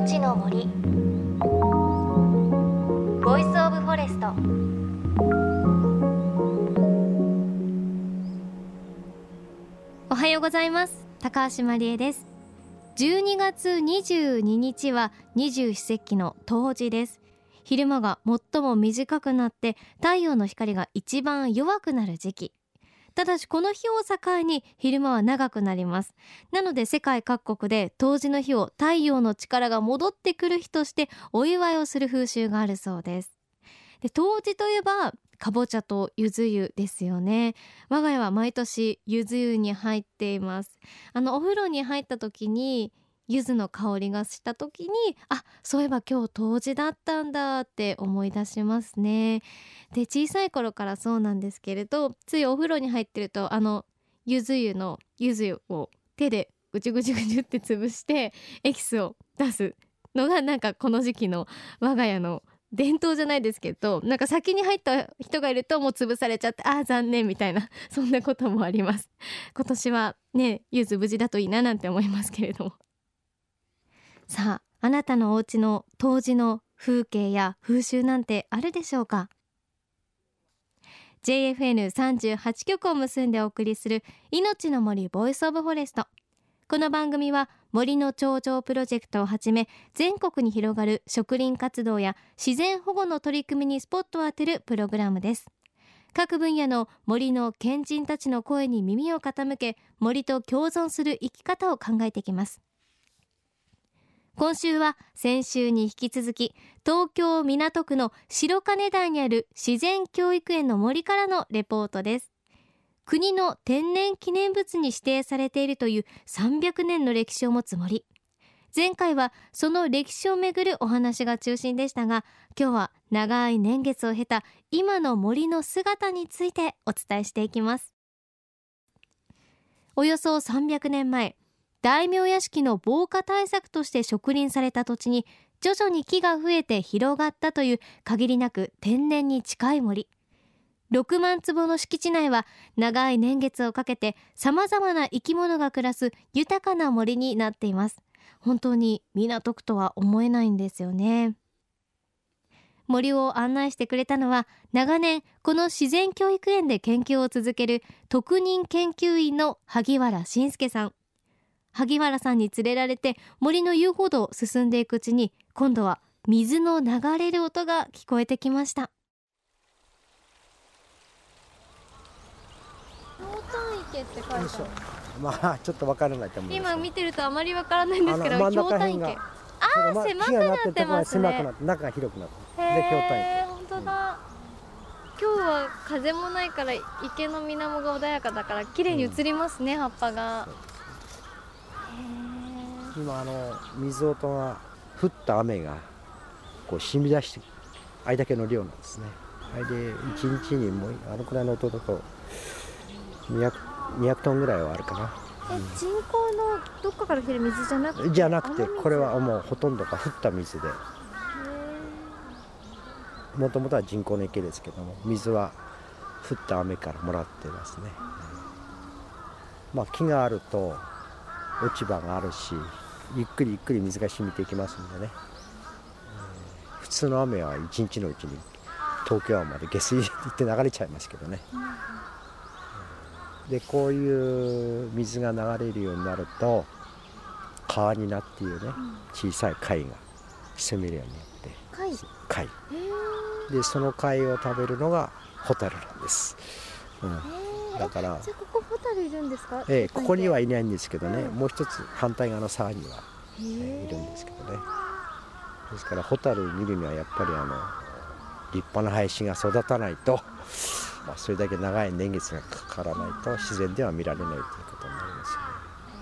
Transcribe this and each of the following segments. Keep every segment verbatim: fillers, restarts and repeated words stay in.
命の森ボイスオブフォレスト。おはようございます。高橋真理恵です。じゅうにがつにじゅうににちは二十四節気の冬至です。昼間が最も短くなって太陽の光が一番弱くなる時期。ただしこの日を境に昼間は長くなります。なので世界各国で冬至の日を太陽の力が戻ってくる日としてお祝いをする風習があるそうです。で、冬至といえばかぼちゃとゆず湯ですよね。我が家は毎年ゆず湯に入っています。あのお風呂に入った時に柚子の香りがした時に、あ、そういえば今日冬至だったんだって思い出しますね。で、小さい頃からそうなんですけれど、ついお風呂に入ってるとあの柚子湯の柚子を手でぐちゅぐちゅぐちゅって潰してエキスを出すのがなんかこの時期の我が家の伝統じゃないですけど、なんか先に入った人がいるともう潰されちゃって、あー残念みたいな、そんなこともあります。今年はね、柚子無事だといいななんて思いますけれども。さあ、あなたのお家の冬至の風景や風習なんてあるでしょうか。 ジェイエフエヌさんじゅうはち 局を結んでお送りする命の森ボイスオブフォレスト。この番組は森の頂上プロジェクトをはじめ全国に広がる植林活動や自然保護の取り組みにスポットを当てるプログラムです。各分野の森の賢人たちの声に耳を傾け、森と共存する生き方を考えていきます。今週は先週に引き続き東京港区の白金台にある自然教育園の森からのレポートです。国の天然記念物に指定されているというさんびゃくねんの歴史を持つ森。前回はその歴史をめぐるお話が中心でしたが、今日は長い年月を経た今の森の姿についてお伝えしていきます。およそさんびゃくねんまえ、大名屋敷の防火対策として植林された土地に徐々に木が増えて広がったという限りなく天然に近い森。ろくまんつぼの敷地内は長い年月をかけてさまざまな生き物が暮らす豊かな森になっています。本当に港区とは思えないんですよね。森を案内してくれたのは長年この自然教育園で研究を続ける特任研究員の萩原慎介さん。萩原さんに連れられて森の遊歩道を進んでいくうちに、今度は水の流れる音が聞こえてきました。ひょうたん池って書いてある。 まあちょっと分からないと思います。 今見てるとあまり分からないんですけど、ひょうたん池、あー、 ま、 狭くなってますね。 狭くなって中が広くなって、 へー、 でひょうたん池。 本当だ、うん、今日は風もないから池の水面が穏やかだから綺麗に映りますね、うん、葉っぱが。 今あの水音が降った雨がこう染み出してあれだけの量なんですね。あれでいちにちにもうあのくらいの音だとにひゃく、にひゃくトンぐらいはあるかな。 え、うん、人工のどっかから来る水じゃなくてじゃなくてこれはもうほとんどが降った水で、もともとは人工の池ですけども、水は降った雨からもらってますね。まあ木があると落ち葉があるし、ゆっくりゆっくり水が染みていきますんでね、えー、普通の雨はいちにちのうちに東京湾まで下水って流れちゃいますけどね、うん、でこういう水が流れるようになると川になっていうね、小さい貝が住めるようになって、 貝、 貝でその貝を食べるのがホタルなんです、うん、だからじゃあここホタルいるんですか。 ええ、ここにはいないんですけどね、うん、もう一つ反対側の沢には、えー、いるんですけどね。ですからホタル見るにはやっぱりあの立派な林が育たないと、まあ、それだけ長い年月がかからないと自然では見られないということになりますよね。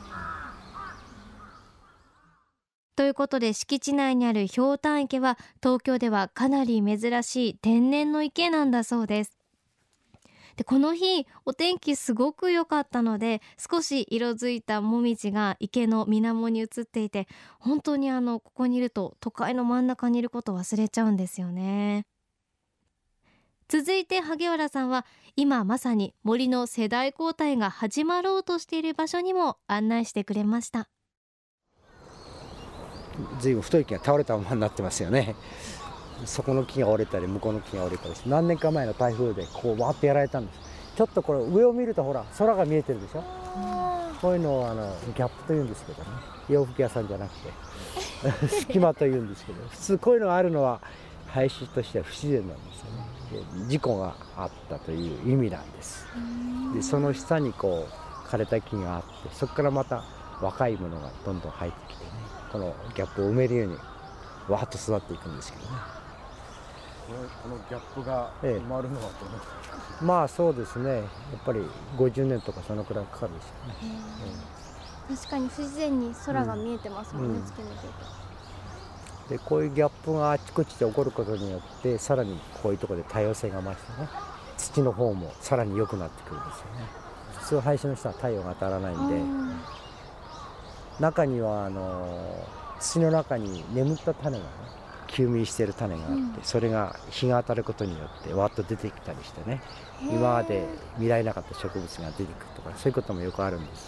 ということで敷地内にあるひょうたん池は東京ではかなり珍しい天然の池なんだそうです。でこの日お天気すごく良かったので、少し色づいたもみじが池の水面に映っていて、本当にあのここにいると都会の真ん中にいることを忘れちゃうんですよね。続いて萩原さんは今まさに森の世代交代が始まろうとしている場所にも案内してくれました。 ずいぶん太い木が倒れたままになってますよね。そこの木が折れたり向こうの木が折れたりして、何年か前の台風でこうわーってやられたんです。ちょっとこれ上を見るとほら空が見えてるでしょ。こういうのをあのギャップというんですけどね、洋服屋さんじゃなくて隙間というんですけど、普通こういうのがあるのは林としては不自然なんですよね。で事故があったという意味なんです。でその下にこう枯れた木があって、そこからまた若いものがどんどん生えてきてね、このギャップを埋めるようにわーっと育っていくんですけどね。 このギャップが埋まるのはどのくらいですか？ ええ、まあそうですね、やっぱりごじゅうねんとかそのくらいかかるでしょうね。 えー、確かに不自然に空が見えてますもんね、 うん、 突き抜けて。 でこういうギャップがあちこちで起こることによって、さらにこういうところで多様性が増してね、土の方もさらに良くなってくるんですよね。普通林の下は太陽が当たらないんで、中にはあの土の中に眠った種がね、休眠している種があって、うん、それが日が当たることによってわっと出てきたりしてね、今まで見られなかった植物が出てくるとか、そういうこともよくあるんです。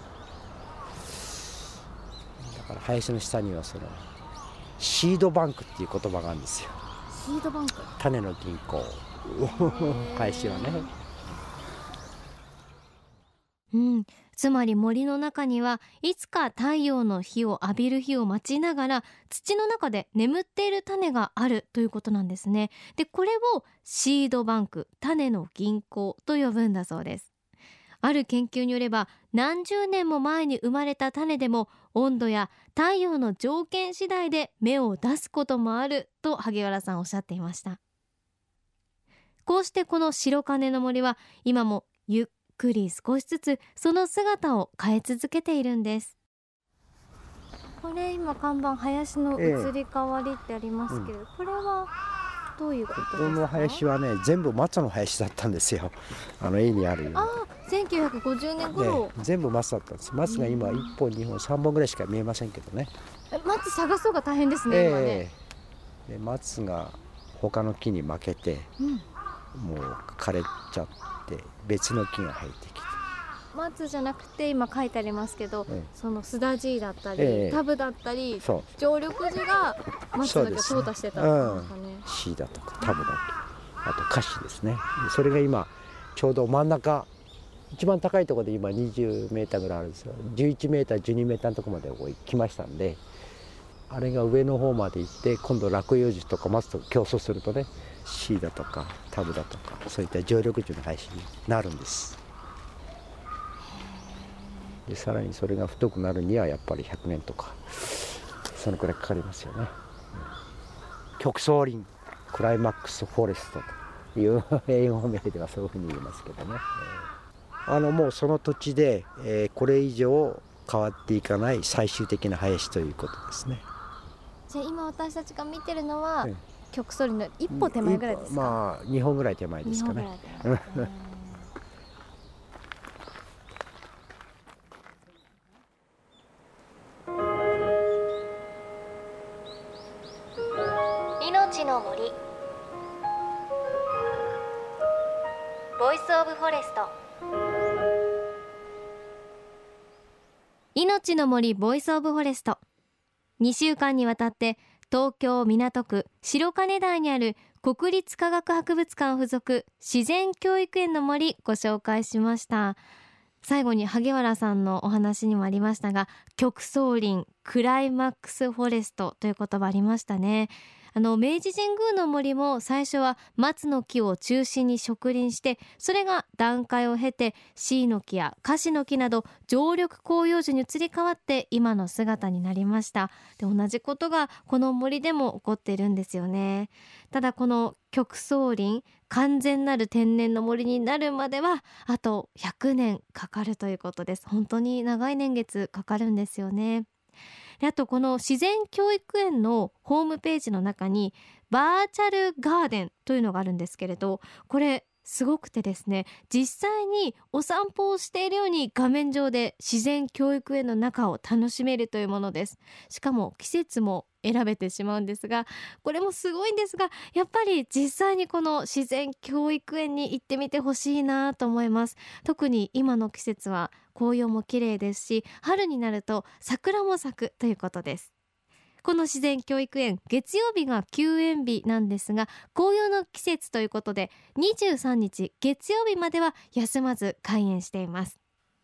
だから林の下にはそのシードバンクっていう言葉があるんですよ。 シードバンク、 種の銀行林はね。 うん、つまり森の中にはいつか太陽の日を浴びる日を待ちながら土の中で眠っている種があるということなんですね。でこれをシードバンク、種の銀行と呼ぶんだそうです。ある研究によれば、何十年も前に生まれた種でも温度や太陽の条件次第で芽を出すこともあると萩原さんおっしゃっていました。こうしてこの白金の森は今もゆっゆっくり少しずつその姿を変え続けているんです。これ今看板林の移り変わりってありますけど、ええ、うん、これはどういうことですか？ この林はね、全部松の林だったんですよ。あの絵にあるように。 ああ、せんきゅうひゃくごじゅうねん頃、 ね、全部松だったんです。松が今いっぽんにほんさんぼんぐらいしか見えませんけどね。 松探すのが大変ですね、ええ、今ね。 で松が他の木に負けて、うん、もう枯れちゃって別の木が生えてきて、 松じゃなくて今書いてありますけど、ええ、そのスダジイだったり、ええ、タブだったり常緑樹が松だけ淘汰してたんですかね。 うん、シイだとかタブだとか、あとカシですね。それが今ちょうど真ん中一番高いところで今にじゅうメーターぐらいあるんですよ。じゅういちメーターじゅうにメーターのところまで来ましたんで、あれが上の方まで行って今度落葉樹とか松と競争するとね、シイだとかタブだとかそういった常緑樹の林になるんです。でさらにそれが太くなるにはやっぱりひゃくねんとかそのくらいかかりますよね。極層林クライマックスフォレストという英語名ではそういうふうに言いますけどね、あのもうその土地で、えー、これ以上変わっていかない最終的な林ということですね。 じゃあ今私たちが見てるのは、ええ、極層林の一歩手前ぐらいですか？ まあにほんぐらい手前ですかね。 命の森ボイスオブフォレスト。命の森ボイスオブフォレスト、にしゅうかんにわたって東京港区白金台にある国立科学博物館附属自然教育園の森ご紹介しました。最後に萩原さんのお話にもありましたが、極層林クライマックスフォレストという言葉ありましたね。あの明治神宮の森も最初は松の木を中心に植林して、それが段階を経てシイの木やカシの木など常緑広葉樹に移り変わって今の姿になりました。で同じことがこの森でも起こっているんですよね。ただこの極層林完全なる天然の森になるまではあとひゃくねんかかるということです。本当に長い年月かかるんですよね。であとこの自然教育園のホームページの中にバーチャルガーデンというのがあるんですけれど、これすごくてですね、実際にお散歩をしているように画面上で自然教育園の中を楽しめるというものです。しかも季節も選べてしまうんですが、これもすごいんですが、やっぱり実際にこの自然教育園に行ってみてほしいなと思います。特に今の季節は紅葉も綺麗ですし、春になると桜も咲くということです。 この自然教育園、月曜日が休園日なんですが、紅葉の季節ということでにじゅうさんにち月曜日までは休まず開園しています。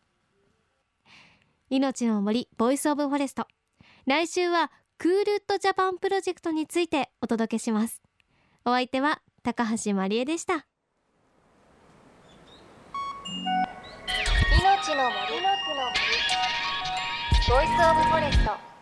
命の森ボイスオブフォレスト、来週はクールウッドジャパンプロジェクトについてお届けします。お相手は高橋まりえでした。命の森ボイスオブフォレスト。